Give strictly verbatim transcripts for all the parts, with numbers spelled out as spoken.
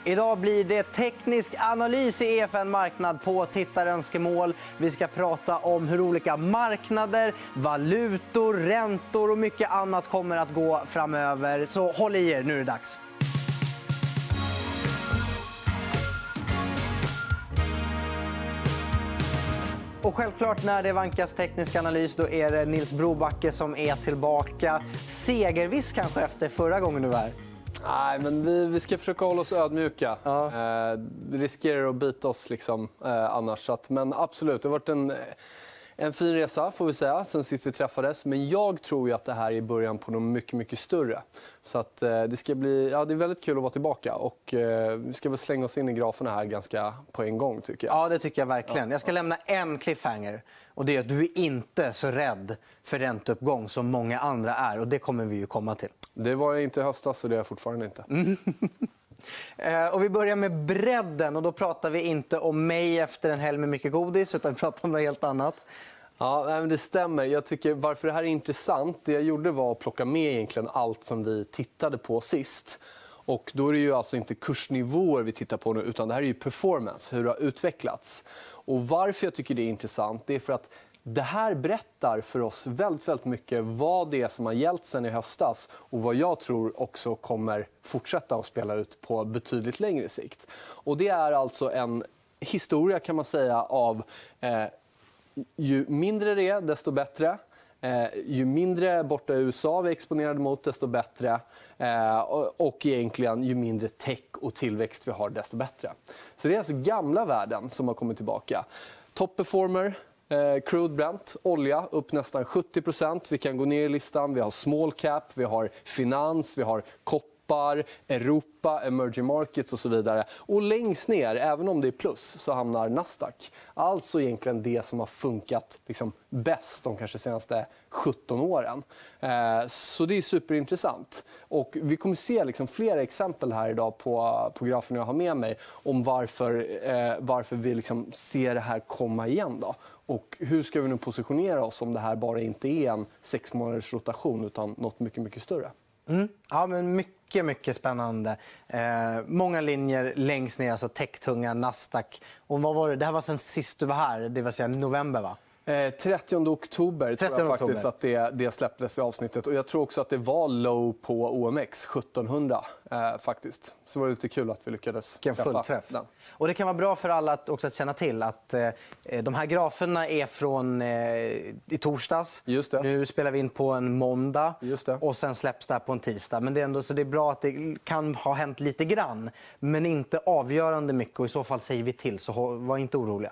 Idag blir det teknisk analys i E F N-marknad på tittarönskemål. Vi ska prata om hur olika marknader, valutor, räntor och mycket annat kommer att gå framöver. Så håll i er, nu är det dags. Och självklart när det vankas teknisk analys då är det Nils Brobacke som är tillbaka. Segerviss kanske efter förra gången du var här. Nej, men vi, vi ska försöka hålla oss ödmjuka. Ja. Eh, vi riskerar att bita oss liksom, eh, annars. Så att, men absolut, det har varit en, en fin resa får vi säga sen sist vi träffades. Men jag tror ju att det här är början på något mycket, mycket större. Så att, eh, det ska bli, ja, det är väldigt kul att vara tillbaka. Och eh, vi ska väl slänga oss in i graferna här ganska på en gång tycker jag. Ja, det tycker jag verkligen. Jag ska lämna en cliffhanger. Och det är att du är inte så rädd för ränteuppgång som många andra är. Och det kommer vi ju komma till. Det var jag inte i höstas och det är jag fortfarande inte. Mm. Och vi börjar med bredden och då pratar vi inte om mig efter en helg med mycket godis utan vi pratar om något helt annat. Ja, det stämmer. Jag tycker varför det här är intressant, det jag gjorde var att plocka med egentligen allt som vi tittade på sist. Och då är det ju alltså inte kursnivåer vi tittar på nu utan det här är ju performance, hur det har utvecklats. Och varför jag tycker det är intressant, det är för att det här berättar för oss väldigt, väldigt mycket vad det är som har gällt sen i höstas och vad jag tror också kommer fortsätta att spela ut på betydligt längre sikt. Och det är alltså en historia kan man säga av eh, ju mindre det är, desto bättre. Eh, ju mindre borta i U S A vi är exponerade mot, desto bättre. Eh, och, och egentligen ju mindre tech och tillväxt vi har, desto bättre. Så det är alltså gamla värden som har kommit tillbaka. Top performer. Eh, crude Brent, olja, upp nästan sjuttio procent. Vi kan gå ner i listan. Vi har small cap, vi har finans, vi har koppar, Europa, emerging markets och så vidare. Och längst ner, även om det är plus, så hamnar Nasdaq. Alltså egentligen det som har funkat liksom bäst de kanske senaste sjutton åren. Eh, så det är superintressant. Och vi kommer se liksom flera exempel här idag på, på grafen jag har med mig om varför, eh, varför vi liksom ser det här komma igen då. Och hur ska vi nu positionera oss om det här bara inte är en sex månaders rotation utan något mycket, mycket större? Mm. Ja, men mycket, mycket spännande. Eh, många linjer längst ner, alltså techtunga, Nasdaq. Och vad var det? Det här var sen sist du var här, det vill säga november va? Eh, trettionde oktober tror jag faktiskt oktober. att det, det släpptes i avsnittet. Och jag tror också att det var low på O M X sjuttonhundra eh, faktiskt. Så var det lite kul att vi lyckades träffa träff. Den. Och det kan vara bra för alla att också att känna till att eh, de här graferna är från eh, i torsdags. Just det. Nu spelar vi in på en måndag. Just det. Och sen släpps det här på en tisdag. Men det är ändå så det är bra att det kan ha hänt lite grann. Men inte avgörande mycket och i så fall säger vi till så var inte oroliga.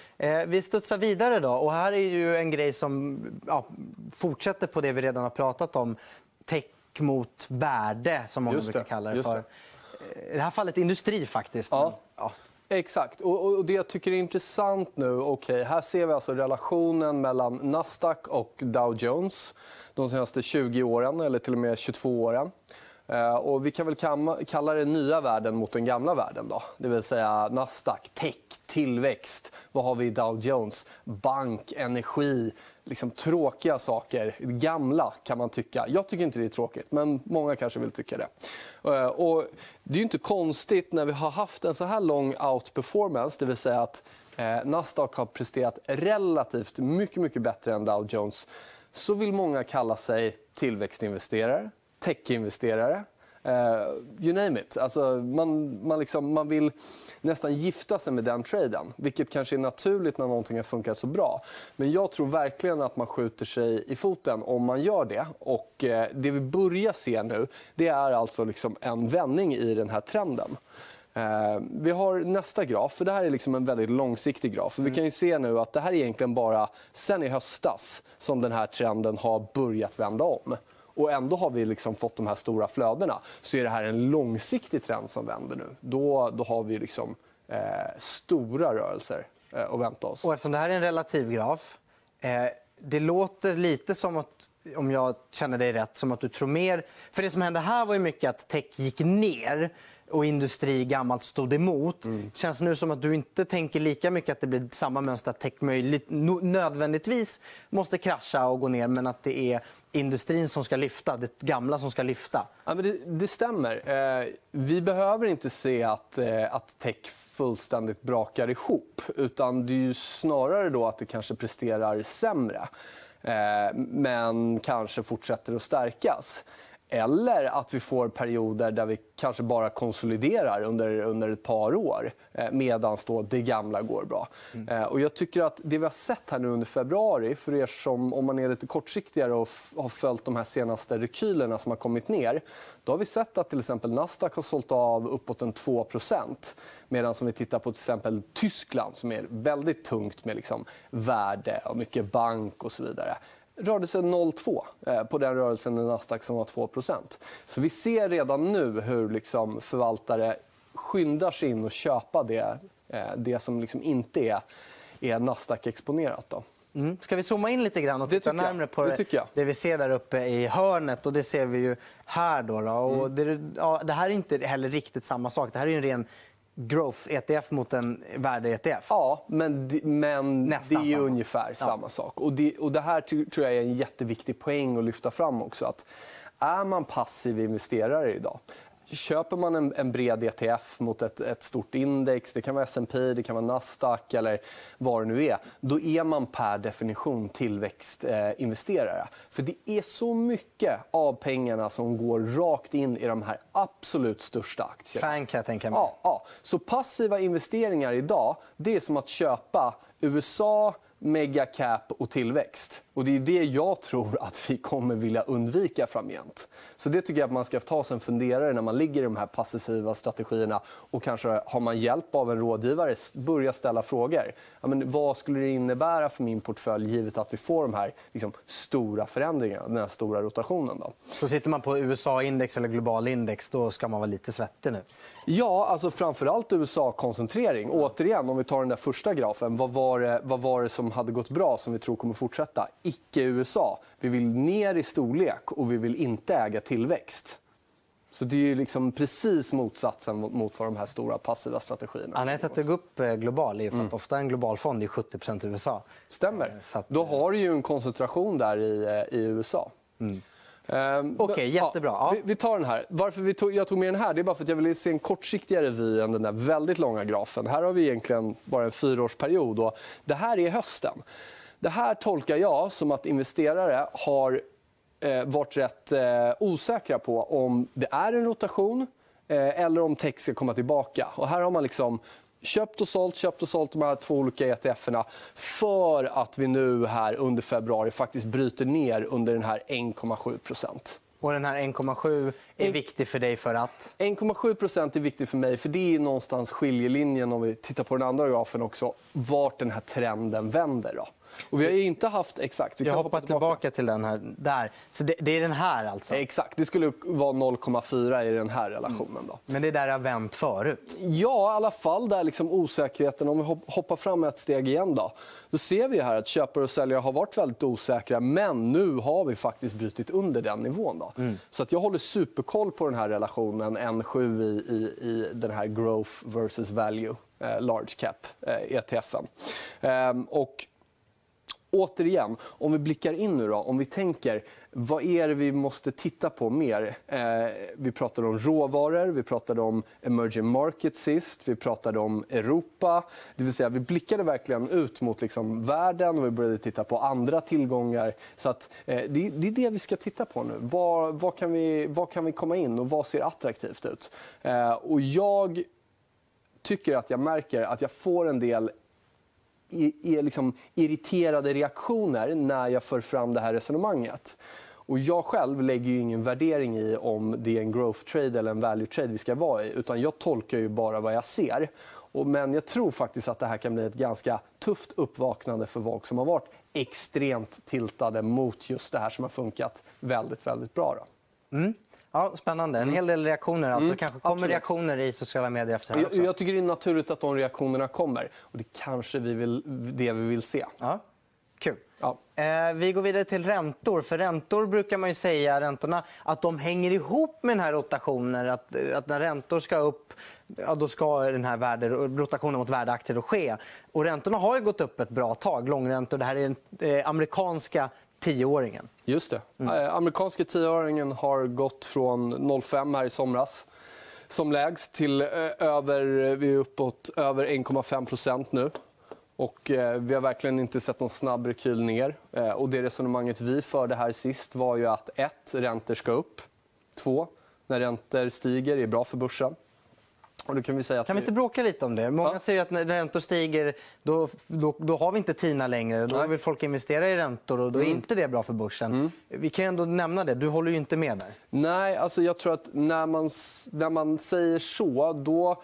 Vi studsar vidare då och här är ju en grej som ja, fortsätter på det vi redan har pratat om. Tech mot värde som man brukar kalla det för. Det. I det här fallet industri faktiskt. Ja. Men, ja. Exakt. Och, och det jag tycker är intressant nu, okay, här ser vi alltså relationen mellan Nasdaq och Dow Jones de senaste tjugo åren eller till och med tjugotvå åren. Uh, och vi kan väl kalla det nya världen mot den gamla världen då. Det vill säga Nasdaq, tech, tillväxt. Vad har vi i Dow Jones? Bank, energi, liksom tråkiga saker. Gamla kan man tycka. Jag tycker inte det är tråkigt, men många kanske vill tycka det. Uh, och det är ju inte konstigt när vi har haft en så här lång outperformance, det vill säga att uh, Nasdaq har presterat relativt mycket, mycket bättre än Dow Jones. Så vill många kalla sig tillväxtinvesterare. Techinvesterare, uh, you name it. Alltså, man, man, liksom, man vill nästan gifta sig med den traden, vilket kanske är naturligt när någonting har funkat så bra. Men jag tror verkligen att man skjuter sig i foten om man gör det. Och uh, det vi börjar se nu, det är alltså liksom en vändning i den här trenden. Uh, vi har nästa graf, för det här är liksom en väldigt långsiktig graf. Mm. Vi kan ju se nu att det här är egentligen bara sen i höstas som den här trenden har börjat vända om. Och ändå har vi liksom fått de här stora flödena. Så är det här en långsiktig trend som vänder nu. Då, då har vi liksom, eh, stora rörelser eh, att vänta oss. Och eftersom det här är en relativ graf. Eh, det låter lite som att, om jag känner dig rätt, som att du tror mer. För det som hände här var ju mycket att tech gick ner. Och industri gammalt stod emot. Mm. Känns nu som att du inte tänker lika mycket att det blir samma mönster att tech möjligt, nödvändigtvis måste krascha och gå ner. Men att det är industrin som ska lyfta, det gamla som ska lyfta. Ja, men det, det stämmer. Eh, vi behöver inte se att, eh, att tech fullständigt brakar ihop. Utan det är ju snarare då att det kanske presterar sämre. Eh, men kanske fortsätter att stärkas. Eller att vi får perioder där vi kanske bara konsoliderar under, under ett par år eh, medan då det gamla går bra. Mm. Eh, och jag tycker att det vi har sett här nu under februari, för er som om man är lite kortsiktigare och f- har följt de här senaste rekylerna som har kommit ner, då har vi sett att till exempel Nasdaq har sålt av uppåt en två procent. Medan som vi tittar på till exempel Tyskland som är väldigt tungt med liksom värde och mycket bank och så vidare, rörde sig noll komma två på den rörelsen i Nasdaq som var två procent. Så vi ser redan nu hur liksom förvaltare skyndar sig in och köpa det, det som liksom inte är, är Nasdaq-exponerat. Då. Mm. Ska vi zooma in lite grann och titta närmare på det, det, det vi ser där uppe i hörnet? Och det ser vi ju här. Då, då. Och mm. det, ja, det här är inte heller riktigt samma sak. Det här är en ren growth-E T F mot en värde-E T F. Ja, men, det, men det är ju samma. ungefär ja. samma sak. Och det, och det här tror jag är en jätteviktig poäng att lyfta fram också. Att är man passiv investerare idag, köper man en, en bred E T F mot ett, ett stort index, det kan vara S and P, det kan vara Nasdaq eller vad det nu är, då är man per definition tillväxtinvesterare. För det är så mycket av pengarna som går rakt in i de här absolut största aktierna. Fan kan jag tänka mig. Ja, ja. Så passiva investeringar idag, det är som att köpa U S A, megacap och tillväxt. Och det är det jag tror att vi kommer vilja undvika framgent. Så det tycker jag att man ska ta sig en funderare när man ligger i de här passiva strategierna och kanske har man hjälp av en rådgivare, börja ställa frågor. Ja, men vad skulle det innebära för min portfölj givet att vi får de här liksom, stora förändringarna, den här stora rotationen då? Så sitter man på U S A-index eller global index, då ska man vara lite svettig nu. Ja, alltså framförallt U S A-koncentrering. Återigen, om vi tar den där första grafen, vad var det, vad var det som hade gått bra som vi tror kommer fortsätta? Icke-U S A. Vi vill ner i storlek och vi vill inte äga tillväxt. Så det är ju liksom precis motsatsen mot vad de här stora passiva strategierna. Anledningen till att det går upp global är för att mm. ofta en global fond är sjuttio procent U S A. Stämmer. Att... Då har du ju en koncentration där i, i U S A. Mm. Um, Okej, okay, jättebra. Ja, vi, vi tar den här. Varför vi tog, jag tog med den här det är bara för att jag ville se en kortsiktigare vy än den där väldigt långa grafen. Här har vi egentligen bara en fyraårsperiod och det här är hösten. Det här tolkar jag som att investerare har eh, varit rätt eh, osäkra på om det är en rotation eh, eller om tech ska komma tillbaka. Och här har man liksom köpt och sålt, köpt och sålt de här två olika E T F-erna för att vi nu här under februari faktiskt bryter ner under den här en komma sju procent. Och den här en komma sju är en... viktig för dig för att? en komma sju procent är viktig för mig för det är någonstans skiljelinjen om vi tittar på den andra grafen också, vart den här trenden vänder då. Och vi har inte haft exakt. Vi jag hoppar tillbaka. tillbaka till den här där. Så det, det är den här alltså. Exakt. Det skulle vara noll komma fyra i den här relationen då. Men det är där det har vänt förut. Ja, i alla fall där liksom osäkerheten om vi hoppar fram ett steg igen då. Då ser vi här att köpare och säljare har varit väldigt osäkra men nu har vi faktiskt brutit under den nivån då. Mm. Så att jag håller superkoll på den här relationen N sju i i i den här growth versus value eh, large cap eh, E T F:en. Ehm, och återigen, om vi blickar in nu då, om vi tänker vad är det vi måste titta på mer? Eh, vi pratade om råvaror, vi pratade om emerging markets sist, vi pratade om Europa. Det vill säga vi blickade verkligen ut mot liksom världen och vi började titta på andra tillgångar. Så att, eh, det, det är det vi ska titta på nu. Var, var, kan vi, var kan vi komma in och vad ser attraktivt ut? Eh, och jag tycker att jag märker att jag får en del är liksom irriterade reaktioner när jag för fram det här resonemanget. Och jag själv lägger ju ingen värdering i om det är en growth trade eller en value trade vi ska vara i. Utan jag tolkar ju bara vad jag ser. Och, men jag tror faktiskt att det här kan bli ett ganska tufft uppvaknande för folk som har varit extremt tiltade mot just det här som har funkat väldigt, väldigt bra. Då. Mm. Ja, spännande. En hel del reaktioner. Alltså. Mm, kanske kommer absolut. reaktioner i sociala medier efter det här också. Jag, jag tycker det är naturligt att de reaktionerna kommer. Och det kanske vi vill, det vi vill se. Ja. Kul. Ja. Eh, vi går vidare till räntor. För räntor brukar man ju säga räntorna, att de hänger ihop med den här rotationen. Att, att när räntor ska upp, ja, då ska den här värde, rotationen mot värdeaktier då ske. Och räntorna har ju gått upp ett bra tag. Långräntor. Det här är den eh, amerikanska tioåringen. Just det. Mm. Amerikanska tioåringen har gått från noll komma fem här i somras som lägst till över, vi är uppåt över en komma fem procent nu. Och eh, vi har verkligen inte sett någon snabb rekyl ner. Eh, och det resonemanget vi förde här sist var ju att ett, räntor ska upp. Två, när räntor stiger är det bra för börsen. Och då kan vi säga att kan vi inte bråka lite om det? Många ja. säger att när räntor stiger då, då, då har vi inte TINA längre. Då Nej. vill folk investera i räntor och då är mm. inte det bra för börsen. Mm. Vi kan ändå nämna det. Du håller ju inte med där. Nej, alltså jag tror att när man, när man säger så då...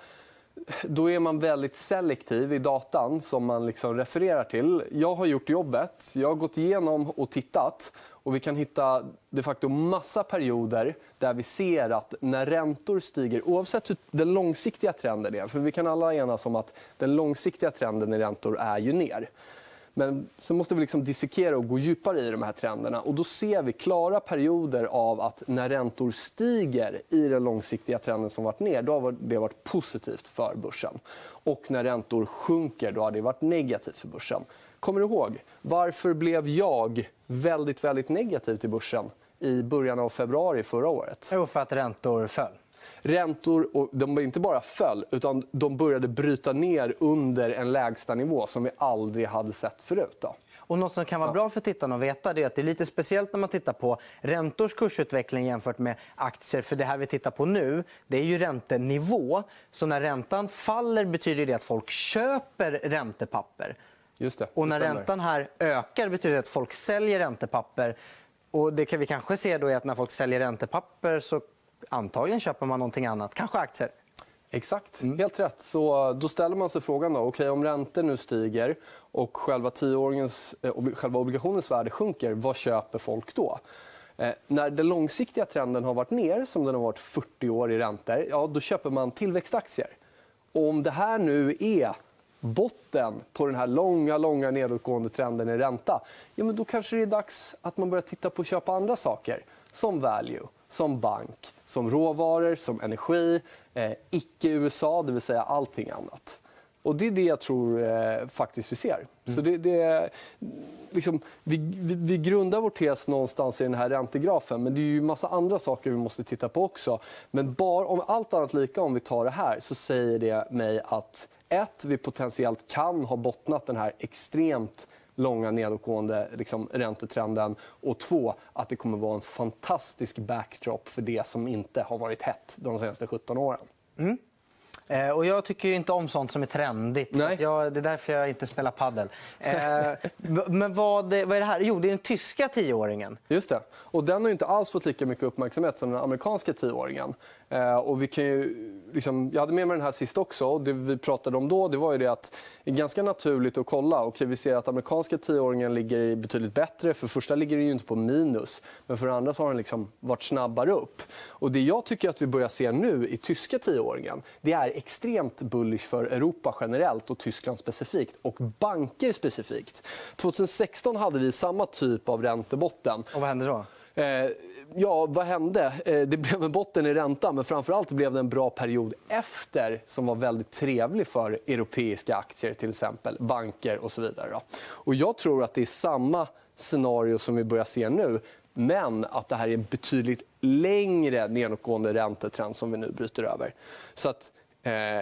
Då är man väldigt selektiv i datan som man liksom refererar till. Jag har gjort jobbet, jag har gått igenom och tittat och vi kan hitta de facto massa perioder där vi ser att när räntor stiger, oavsett hur den långsiktiga trenden är, för vi kan alla enas om att den långsiktiga trenden i räntor är ju ner. Men så måste vi liksom dissekera och gå djupare i de här trenderna. Och då ser vi klara perioder av att när räntor stiger i den långsiktiga trenden som varit ner, då har det varit positivt för börsen. Och när räntor sjunker, då har det varit negativt för börsen. Kommer du ihåg, varför blev jag väldigt, väldigt negativ till börsen i början av februari förra året? Jo, för att räntor föll. Räntor, och de inte bara föll, utan de började bryta ner under en lägsta nivå som vi aldrig hade sett förut. Då. Och något som kan vara bra för tittarna att veta är att det är lite speciellt när man tittar på räntors kursutveckling jämfört med aktier. För det här vi tittar på nu, det är ju räntenivå. Så när räntan faller betyder det att folk köper räntepapper. Just det, och när det räntan här ökar betyder det att folk säljer räntepapper. Och det kan vi kanske se då är att när folk säljer räntepapper så antagligen köper man någonting annat, kanske aktier. Exakt, mm. helt rätt. Så då ställer man sig frågan då, okej, om räntor nu stiger och själva tioåringens, eh, själva obligationens värde sjunker, vad köper folk då? Eh, när den långsiktiga trenden har varit ner, som den har varit fyrtio år i räntor, ja, då köper man tillväxtaktier. Och om det här nu är botten på den här långa, långa nedåtgående trenden i ränta, ja, men då kanske det är dags att man börjar titta på att köpa andra saker, som value, som bank, som råvaror, som energi, eh, icke-U S A, det vill säga allting annat. Och det är det jag tror eh, faktiskt vi ser. Mm. Så det, det, liksom, vi, vi, vi grundar vår tes någonstans i den här räntegrafen, men det är ju en massa andra saker vi måste titta på också. Men bara om allt annat lika, om vi tar det här, så säger det mig att ett, vi potentiellt kan ha bottnat den här extremt långa nedåtgående liksom, räntetrenden, och två, att det kommer vara en fantastisk backdrop för det som inte har varit hett de senaste sjutton åren. Mm. Eh, och jag tycker ju inte om sånt som är trendigt. Nej. Så jag, det är därför jag inte spelar paddel. Eh, men vad, vad är det här? Jo, det är den tyska tioåringen. Just det. Och den har inte alls fått lika mycket uppmärksamhet som den amerikanska tioåringen. Eh, och vi kan ju, liksom, jag hade med mig den här sist också. Och det vi pratade om då, det var ju det att det är ganska naturligt att kolla. Och vi ser att amerikanska tioåringen ligger betydligt bättre. För första ligger det ju inte på minus. Men för det andra så har den liksom varit snabbare upp. Och det jag tycker att vi börjar se nu i tyska tioåringen, det är extremt bullish för Europa generellt och Tyskland specifikt. Och banker specifikt. tjugohundrasexton hade vi samma typ av räntebotten. Och vad hände då? Eh, ja, vad hände? Eh, det blev en botten i räntan, men framförallt blev det en bra period efter som var väldigt trevlig för europeiska aktier, till exempel banker och så vidare. Då. Och jag tror att det är samma scenario som vi börjar se nu, men att det här är en betydligt längre nedåtgående räntetrend som vi nu bryter över. Så att eh,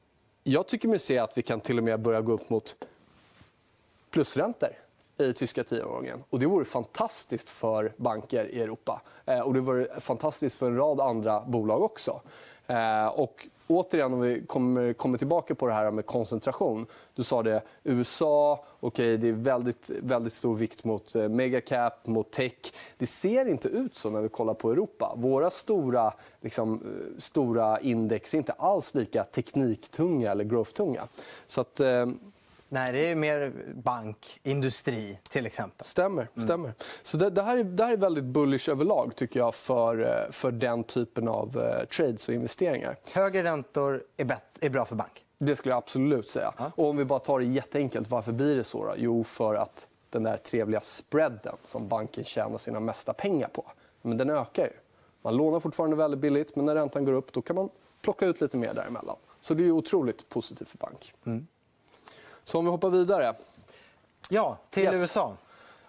jag tycker mig se att vi kan till och med börja gå upp mot plusräntor i tyska tioåringen. Och det vore fantastiskt för banker i Europa. Eh, och det vore fantastiskt för en rad andra bolag också. Eh, och återigen, om vi kommer, kommer tillbaka på det här med koncentration. Du sa det, U S A, okay, det är väldigt, väldigt stor vikt mot eh, megacap, mot tech. Det ser inte ut så när vi kollar på Europa. Våra stora, liksom, stora index är inte alls lika tekniktunga eller growth-tunga. Så att... Eh, Nej, det är mer bank, industri till exempel. Stämmer. stämmer. Mm. Så det, det, här är, det här är väldigt bullish överlag tycker jag för, för den typen av uh, trades och investeringar. Högre räntor är, bet- är bra för bank? Det skulle jag absolut säga. Ja. Och om vi bara tar det jätteenkelt, varför blir det så då? Jo, för att den där trevliga spreaden som banken tjänar sina mesta pengar på, men den ökar ju. Man lånar fortfarande väldigt billigt, men när räntan går upp då kan man plocka ut lite mer däremellan. Så det är ju otroligt positivt för bank. Mm. Så om vi hoppar vidare. Ja, till yes. U S A.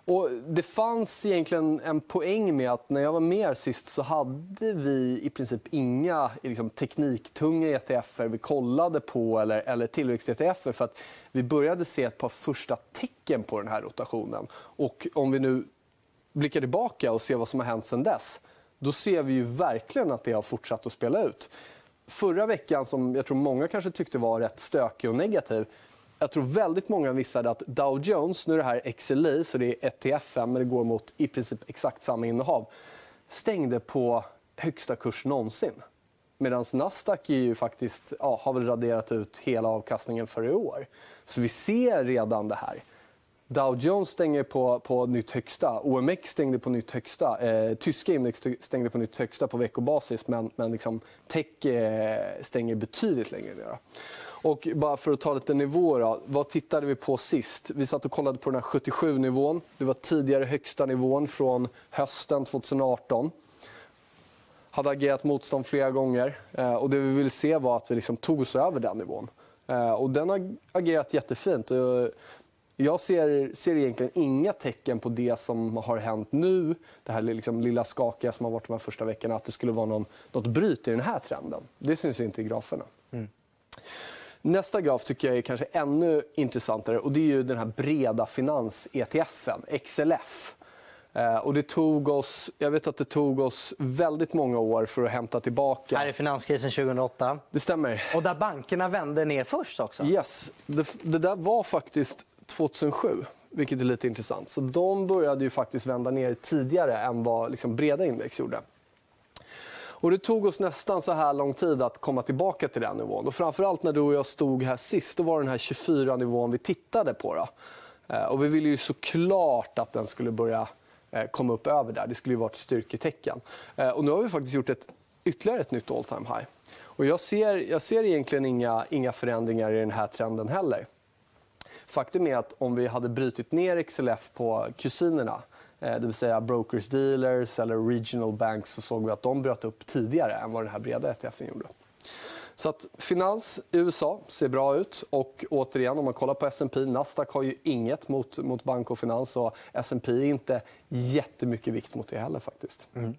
Och det fanns egentligen en poäng med att när jag var med sist så hade vi i princip inga liksom, tekniktunga E T F:er vi kollade på eller, eller tillväxt-E T F:er för att vi började se ett par första tecken på den här rotationen. Och om vi nu blickar tillbaka och ser vad som har hänt sedan dess, då ser vi ju verkligen att det har fortsatt att spela ut. Förra veckan, som jag tror många kanske tyckte var rätt stökig och negativ, jag tror väldigt många visade att Dow Jones, nu är det här X L I, så det är ett T F men det går mot i princip exakt samma innehav, stängde på högsta kurs någonsin. Medan Nasdaq är ju faktiskt, ja, har väl raderat ut hela avkastningen för i år. Så vi ser redan det här. Dow Jones stänger på, på nytt högsta, O M X stängde på nytt högsta, eh, tyska index stängde på nytt högsta på veckobasis, men, men liksom tech eh, stänger betydligt längre ner. Och bara för att ta lite nivåer då, vad tittade vi på sist? Vi satt och kollade på den här sjuttiosju-nivån. Det var tidigare högsta nivån från hösten tjugoarton. Hade agerat motstånd flera gånger. Eh, och det vi ville se var att vi liksom tog oss över den nivån. Eh, och den har agerat jättefint. Och jag ser, ser egentligen inga tecken på det som har hänt nu. Det här liksom lilla skakiga som har varit de här första veckorna. Att det skulle vara någon, något bryt i den här trenden. Det syns inte i graferna. Mm. Nästa graf tycker jag är kanske ännu intressantare. Och det är ju den här breda finans-E T F:en, X L F. Eh, och det tog oss, jag vet att det tog oss väldigt många år för att hämta tillbaka. Här är finanskrisen tjugohundraåtta. Det stämmer. Och där bankerna vände ner först också. Yes, det, det där var faktiskt tjugohundrasju, vilket är lite intressant. Så de började ju faktiskt vända ner tidigare än vad liksom breda index gjorde. Och det tog oss nästan så här lång tid att komma tillbaka till den nivån. Och framförallt när du och jag stod här sist, då var den här tjugofyra-nivån vi tittade på. Då. Och vi ville ju såklart att den skulle börja komma upp över där. Det skulle ju vara ett styrketecken. Och nu har vi faktiskt gjort ett, ytterligare ett nytt all time high. Och jag ser, jag ser egentligen inga, inga förändringar i den här trenden heller. Faktum är att om vi hade brytit ner X L F på kusinerna, det vill säga brokers, dealers eller regional banks, så såg vi att de bröt upp tidigare än vad den här breda E T F:en gjorde. Så att finans i U S A ser bra ut. Och återigen, om man kollar på S and P, Nasdaq har ju inget mot, mot bank och finans, och S and P är inte jättemycket vikt mot det heller faktiskt. Mm.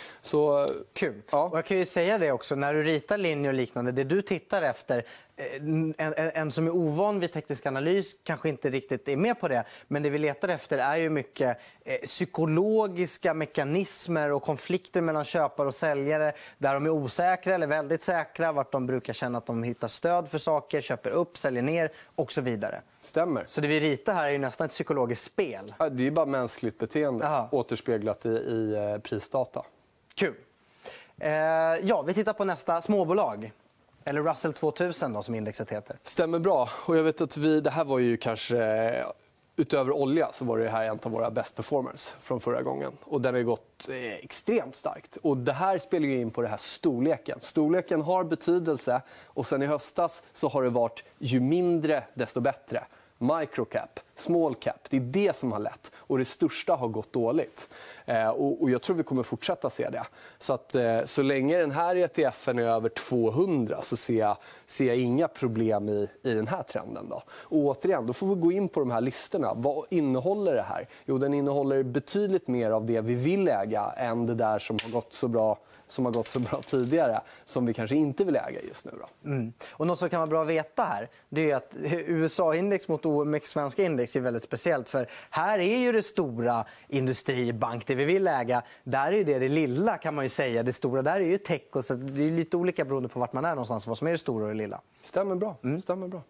Så, kul. Ja. Och jag kan ju säga det också, när du ritar linjer och liknande, det du tittar efter, en, en, en som är ovan vid teknisk analys kanske inte riktigt är med på det, men det vi letar efter är ju mycket eh, psykologiska mekanismer och konflikter mellan köpare och säljare, där de är osäkra eller väldigt säkra, vart de brukar känna att de hittar stöd för saker, köper upp, säljer ner och så vidare. Stämmer. Så det vi ritar här är ju nästan ett psykologiskt spel. Ja, det är bara mänskligt beteende. Aha. Återspeglat i, i eh, prisdata. Kul. Eh, ja, vi tittar på nästa småbolag. Eller Russell tvåtusen då, som indexet heter. Stämmer bra. Och jag vet att vi, det här var ju kanske, utöver olja, så var det här en av våra best performers från förra gången. Och den har ju gått eh, extremt starkt. Och det här spelar ju in på det här storleken. Storleken har betydelse, och sen i höstas så har det varit ju mindre desto bättre. Microcap, small cap, det är det som har lett. Och det största har gått dåligt. Eh, och, och jag tror vi kommer fortsätta se det. Så att eh, så länge den här E T F:en är över tvåhundra så ser jag, ser jag inga problem i, i den här trenden. Då. Och återigen, då får vi gå in på de här listorna. Vad innehåller det här? Jo, den innehåller betydligt mer av det vi vill äga än det där som har gått så bra som har gått så bra tidigare, som vi kanske inte vill äga just nu. Då. Mm. Och något som kan vara bra att veta här, det är att U S A-index mot O M X svenska index är väldigt speciellt. För här är ju det stora industri, bank, det vi vill äga. Där är ju det det lilla, kan man ju säga. Det stora där är ju tech. Och så det är lite olika beroende på vart man är någonstans, vad som är det stora och det lilla. Stämmer bra. Mm. Stämmer bra.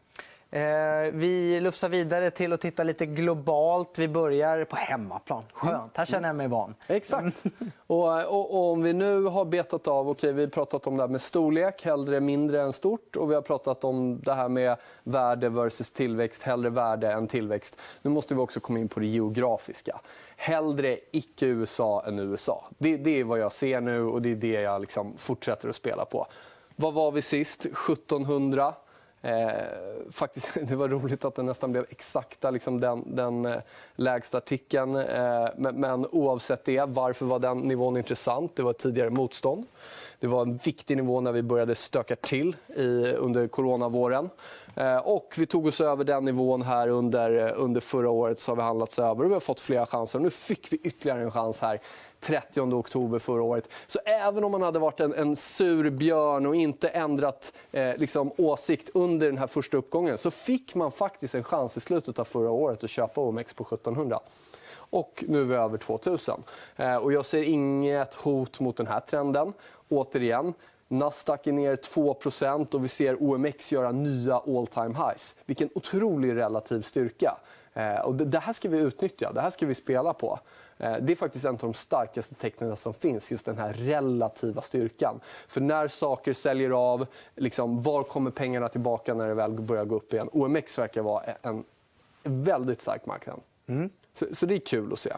Eh, vi lufsar vidare till att titta lite globalt. Vi börjar på hemmaplan. Skönt, här känner jag mig van. Exakt. Och, och, och om vi nu har betat av, okej, vi har pratat om det här med storlek, hellre mindre än stort. Och vi har pratat om det här med värde versus tillväxt, hellre värde än tillväxt. Nu måste vi också komma in på det geografiska. Hellre icke-U S A än U S A. Det, det är vad jag ser nu, och det är det jag liksom fortsätter att spela på. Vad var vi sist? sjuttonhundra. Eh, faktiskt, det var roligt att det nästan blev exakta liksom den, den eh, lägsta artikeln. Eh, men, men oavsett det, varför var den nivån intressant? Det var tidigare motstånd. Det var en viktig nivå när vi började stöka till i, under coronavåren. Eh, och vi tog oss över den nivån här under, under förra året, så har vi handlats över och vi har fått flera chanser. Nu fick vi ytterligare en chans här trettionde oktober förra året. Så även om man hade varit en, en sur björn och inte ändrat eh, liksom, åsikt under den här första uppgången, så fick man faktiskt en chans i slutet av förra året att köpa O M X på sjuttonhundra. Och nu är vi över tvåtusen. Eh, och jag ser inget hot mot den här trenden. Återigen, Nasdaq är ner två procent och vi ser O M X göra nya all time highs. Vilken otrolig relativ styrka. Eh, och det, det här ska vi utnyttja, det här ska vi spela på. Eh, det är faktiskt en av de starkaste tecknen som finns, just den här relativa styrkan. För när saker säljer av, liksom, var kommer pengarna tillbaka när det väl börjar gå upp igen? O M X verkar vara en väldigt stark marknad. Mm. Så, så det är kul att se.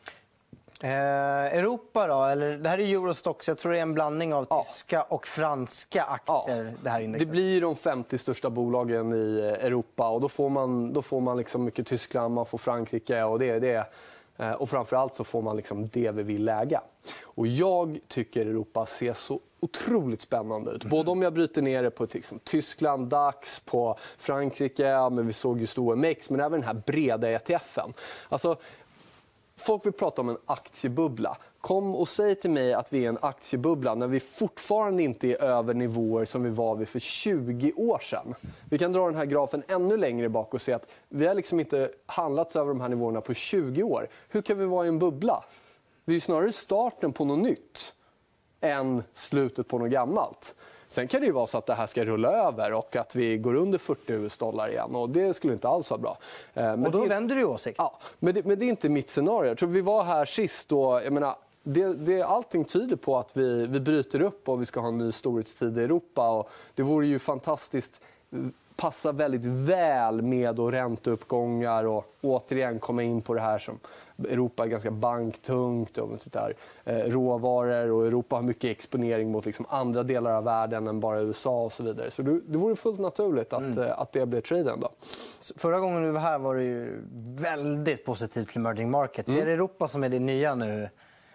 Eh, Europa då? Eller, det här är Eurostox. Jag tror det är en blandning av ja. tyska och franska aktier. Ja. Det, här indexet. Det blir de femtio största bolagen i Europa. Och då får man, då får man liksom mycket Tyskland, man får Frankrike. Och, det, det, eh, och framförallt så får man liksom det vi vill lägga. Och jag tycker Europa ser så otroligt spännande ut. Både om jag bryter ner det på liksom, Tyskland, DAX, på Frankrike, ja, men vi såg just O M X, men även den här breda E T F:en. Alltså, folk vill prata om en aktiebubbla. Kom och säg till mig att vi är en aktiebubbla när vi fortfarande inte är över nivåer som vi var vid för tjugo år sedan. Vi kan dra den här grafen ännu längre bak och se att vi har liksom inte handlats över de här nivåerna på tjugo år. Hur kan vi vara i en bubbla? Vi är snarare starten på något nytt än slutet på något gammalt. Sen kan det ju vara så att det här ska rulla över och att vi går under fyrtio U S-dollar igen. Och det skulle inte alls vara bra. Men och då det... vänder du åsikt? Ja, men det, men det är inte mitt scenario. Jag tror vi var här sist och jag menar, det, det, allting tyder på att vi, vi bryter upp och vi ska ha en ny storhetstid i Europa. Och det vore ju fantastiskt, passa väldigt väl med och ränteuppgångar och återigen komma in på det här som Europa är ganska banktungt och tittar, eh, råvaror och Europa har mycket exponering mot liksom andra delar av världen än bara U S A och så vidare. Så det, det vore fullt naturligt att, mm. eh, att det blir traden då. Förra gången du var här var det ju väldigt positivt till emerging markets. Mm. Är det Europa som är det nya nu?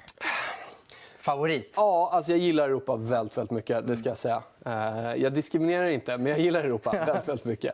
Favorit? Ja, alltså jag gillar Europa väldigt, väldigt mycket, det ska jag säga. Jag diskriminerar inte, men jag gillar Europa väldigt, väldigt mycket.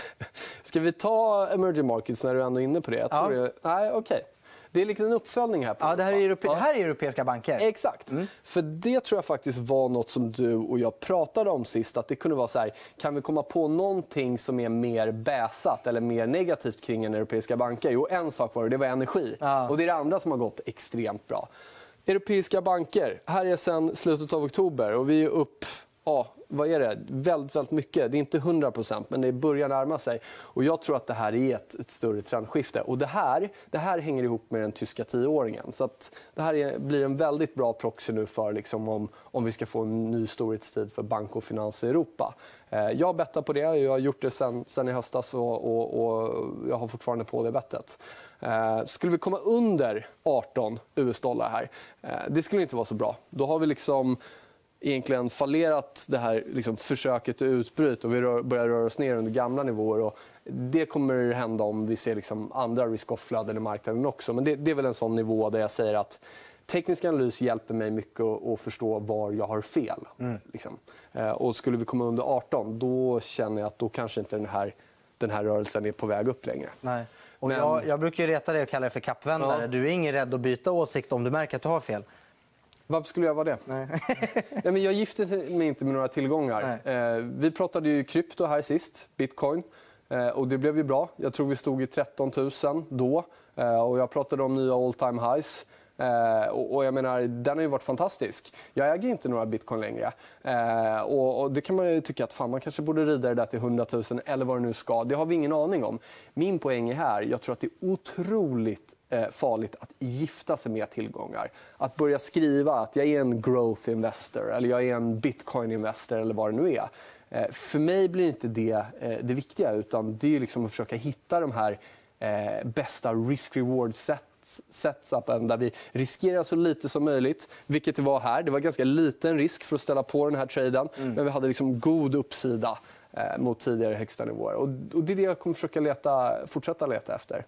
Ska vi ta emerging markets när du är ändå inne på det? Jag tror ja. det... Nej, okej. Okay. Det är liksom en uppföljning här. På ja, det här är, Europe... ja. här är europeiska banker. Exakt. Mm. För det tror jag faktiskt var något som du och jag pratade om sist. Att det kunde vara så här, kan vi komma på någonting som är mer bäsat eller mer negativt kring en europeiska banker? Jo, en sak var det, det var energi. Ja. Och det är det andra som har gått extremt bra. Europeiska banker, här är sedan slutet av oktober och vi är upp, ja, vad är det? Väldigt, väldigt mycket. Det är inte hundra procent, men det börjar närma sig. Och jag tror att det här är ett, ett större trendskifte. Och det här, det här hänger ihop med den tyska tioåringen. Så att det här är, blir en väldigt bra proxy nu för liksom, om, om vi ska få en ny storhetstid för bank och finans i Europa. Eh, jag bettar på det. Jag har gjort det sen, sen i höstas och, och, och jag har fortfarande på det bettet. Eh, skulle vi komma under arton U S-dollar här, eh, det skulle inte vara så bra. Då har vi liksom egentligen fallerat det här liksom, försöket att utbryt och vi rör, börjar röra oss ner under gamla nivåer. Och det kommer hända om vi ser liksom, andra risk-off-flöden i marknaden också. Men det, det är väl en sån nivå där jag säger att teknisk analys hjälper mig mycket att, att förstå var jag har fel. Mm. Liksom. Eh, och skulle vi komma under arton, då känner jag att då kanske inte den här, den här rörelsen är på väg upp längre. Nej. Och Men... jag, jag brukar ju reta dig och kalla dig för kappvändare. Ja. Du är ingen rädd att byta åsikt om du märker att du har fel. Varför skulle jag vara det? Nej. Nej, men jag gifte mig inte med några tillgångar. Eh, vi pratade ju krypto här sist, bitcoin. Eh, och det blev ju bra. Jag tror vi stod i tretton tusen då. Eh, och jag pratade om nya all time highs. Eh, och, och jag menar, den har ju varit fantastisk. Jag äger inte några bitcoin längre. Eh, och, och det kan man ju tycka att fan, man kanske borde rida det där till hundra tusen eller vad det nu ska. Det har vi ingen aning om. Min poäng är här, jag tror att det är otroligt eh, farligt att gifta sig med tillgångar. Att börja skriva att jag är en growth investor eller jag är en bitcoin investor eller vad det nu är. Eh, för mig blir inte det eh, det viktiga, utan det är liksom att försöka hitta de här eh, bästa risk-reward-sätt setupen där vi riskerar så lite som möjligt, vilket det var här. Det var ganska liten risk för att ställa på den här traden, mm. men vi hade liksom god uppsida eh, mot tidigare högsta nivåer. Och, och det är det jag kommer försöka leta, fortsätta leta efter.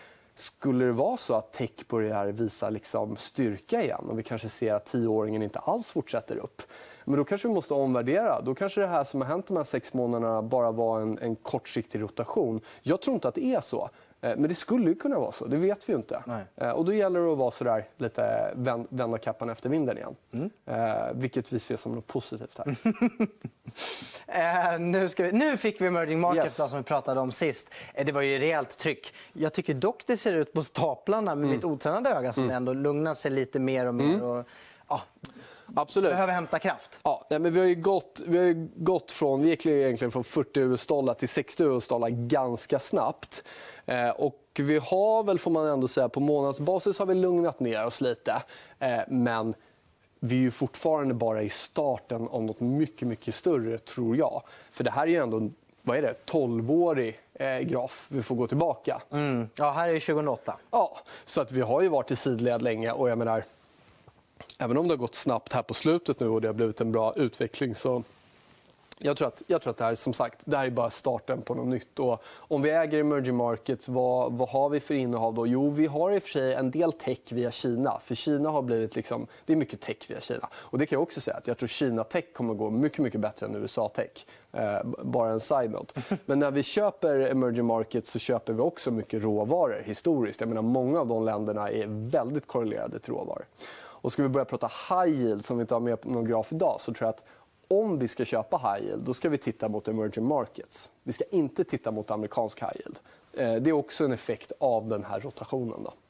Skulle det vara så att tech börjar visa liksom styrka igen och vi kanske ser att tioåringen inte alls fortsätter upp, Men då kanske vi måste omvärdera. Då kanske det här som har hänt de här sex månaderna bara var en, en kortsiktig rotation. Jag tror inte att det är så. Men det skulle ju kunna vara så, det vet vi ju inte. Nej. Och då gäller det att vara så där, lite vända kappan efter vinden igen. Mm. Eh, vilket vi ser som något positivt här. eh, nu, ska vi, nu fick vi emerging markets yes. då, som vi pratade om sist. Eh, det var ju rejält tryck. Jag tycker dock det ser ut på staplarna med mm. mitt otränade öga som mm. ändå lugnar sig lite mer och mer. Mm. Och, ja. Absolut. Behöver hämta kraft. Ja, men vi har ju gått, vi har ju gått från, vi gick egentligen från fyrtio U S-dollar till sextio U S-dollar ganska snabbt. Eh, och vi har väl, får man ändå säga, på månadsbasis har vi lugnat ner oss lite. Eh, men vi är ju fortfarande bara i starten av något mycket, mycket större, tror jag. För det här är ju ändå, vad är det, tolvårig eh, graf vi får gå tjugohundraåtta. Mm. Ja, här är det tjugohundraåtta. Ja, så att vi har ju varit i sidled länge och jag menar, även om det har gått snabbt här på slutet nu och det har blivit en bra utveckling så jag tror att, jag tror att det här, som sagt, det här är bara starten på något nytt. Och om vi äger emerging markets, vad, vad har vi för innehav då? Jo, vi har i och för sig en del tech via Kina. För Kina har blivit liksom, det är mycket tech via Kina. Och det kan jag också säga att jag tror Kina tech kommer gå mycket, mycket bättre än U S A tech. Eh, bara en side note. Men när vi köper emerging markets så köper vi också mycket råvaror historiskt. Jag menar, många av de länderna är väldigt korrelerade till råvaror. Och ska vi börja prata high yield som vi inte har med på någon graf idag så tror jag att om vi ska köpa high yield, då ska vi titta mot emerging markets. Vi ska inte titta mot amerikansk high yield. Det är också en effekt av den här rotationen. Då.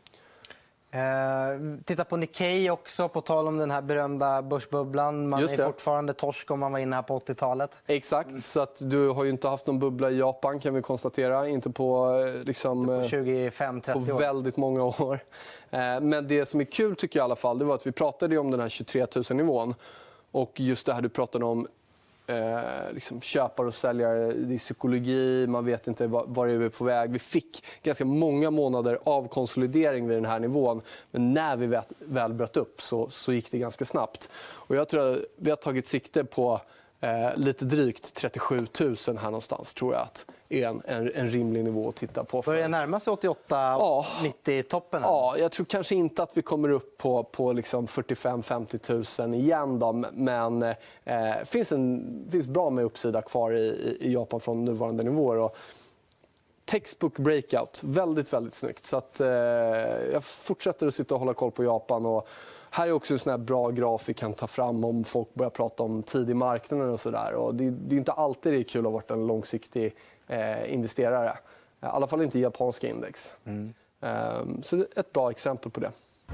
Eh, titta på Nikkei också, på tal om den här berömda börsbubblan. Man är fortfarande torsk om man var inne här på åttiotalet. Exakt, så att du har ju inte haft någon bubbla i Japan kan vi konstatera. Inte på, liksom, på tjugofem trettio år. På väldigt många år. Eh, men det som är kul tycker jag i alla fall, det var att vi pratade om den här tjugotre tusen nivån. Och just det här du pratade om, eh, liksom köpare och säljare, det är psykologi, man vet inte var, var det är på väg. Vi fick ganska många månader av konsolidering vid den här nivån. Men när vi väl bröt upp så, så gick det ganska snabbt. Och jag tror att vi har tagit sikte på eh, lite drygt trettiosju tusen här någonstans, tror jag att är en, en, en rimlig nivå att titta på. Börjar det närma sig åttioåtta nittio-toppen? Ja, jag tror kanske inte att vi kommer upp på, på liksom fyrtiofem femtio tusen igen. Då, men det eh, finns, finns bra med uppsida kvar i, i Japan från nuvarande nivåer. Och textbook breakout, väldigt, väldigt snyggt. Så att, eh, jag fortsätter att sitta och hålla koll på Japan. Och här är också en sån här bra graf vi kan ta fram om folk börjar prata om tid i marknaden och sådär. Och det, det är inte alltid det är kul att ha varit en långsiktig eh, investerare. I alla fall inte i japanska index. Mm. Um, så det är ett bra exempel på det.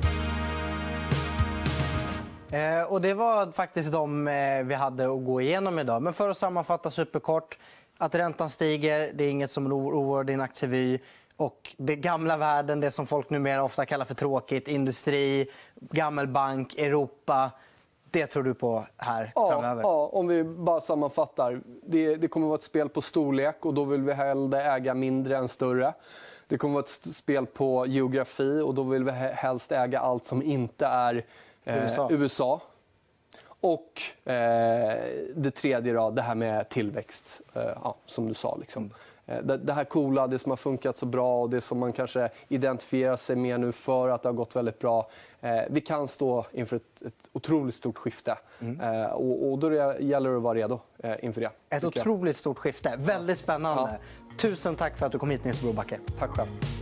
Eh, och det var faktiskt de eh, vi hade att gå igenom idag. Men för att sammanfatta superkort. Att räntan stiger, det är inget som oroar din aktievy. Och det gamla världen, det som folk numera ofta kallar för tråkigt, industri, gammelbank, Europa, det tror du på här ja, framöver? Ja, om vi bara sammanfattar. Det, det kommer att vara ett spel på storlek och då vill vi hellre äga mindre än större. Det kommer att vara ett spel på geografi och då vill vi helst äga allt som inte är eh, U S A. U S A. Och eh, det tredje då, det här med tillväxt, eh, ja, som du sa. Liksom. Eh, det, det här coola, det som har funkat så bra och det som man kanske identifierar sig med nu för att det har gått väldigt bra. Eh, vi kan stå inför ett, ett otroligt stort skifte mm. eh, och, och då gäller det att vara redo eh, inför det. Ett otroligt stort skifte, väldigt spännande. Ja. Tusen tack för att du kom hit, Nils Brobacke. Tack själv.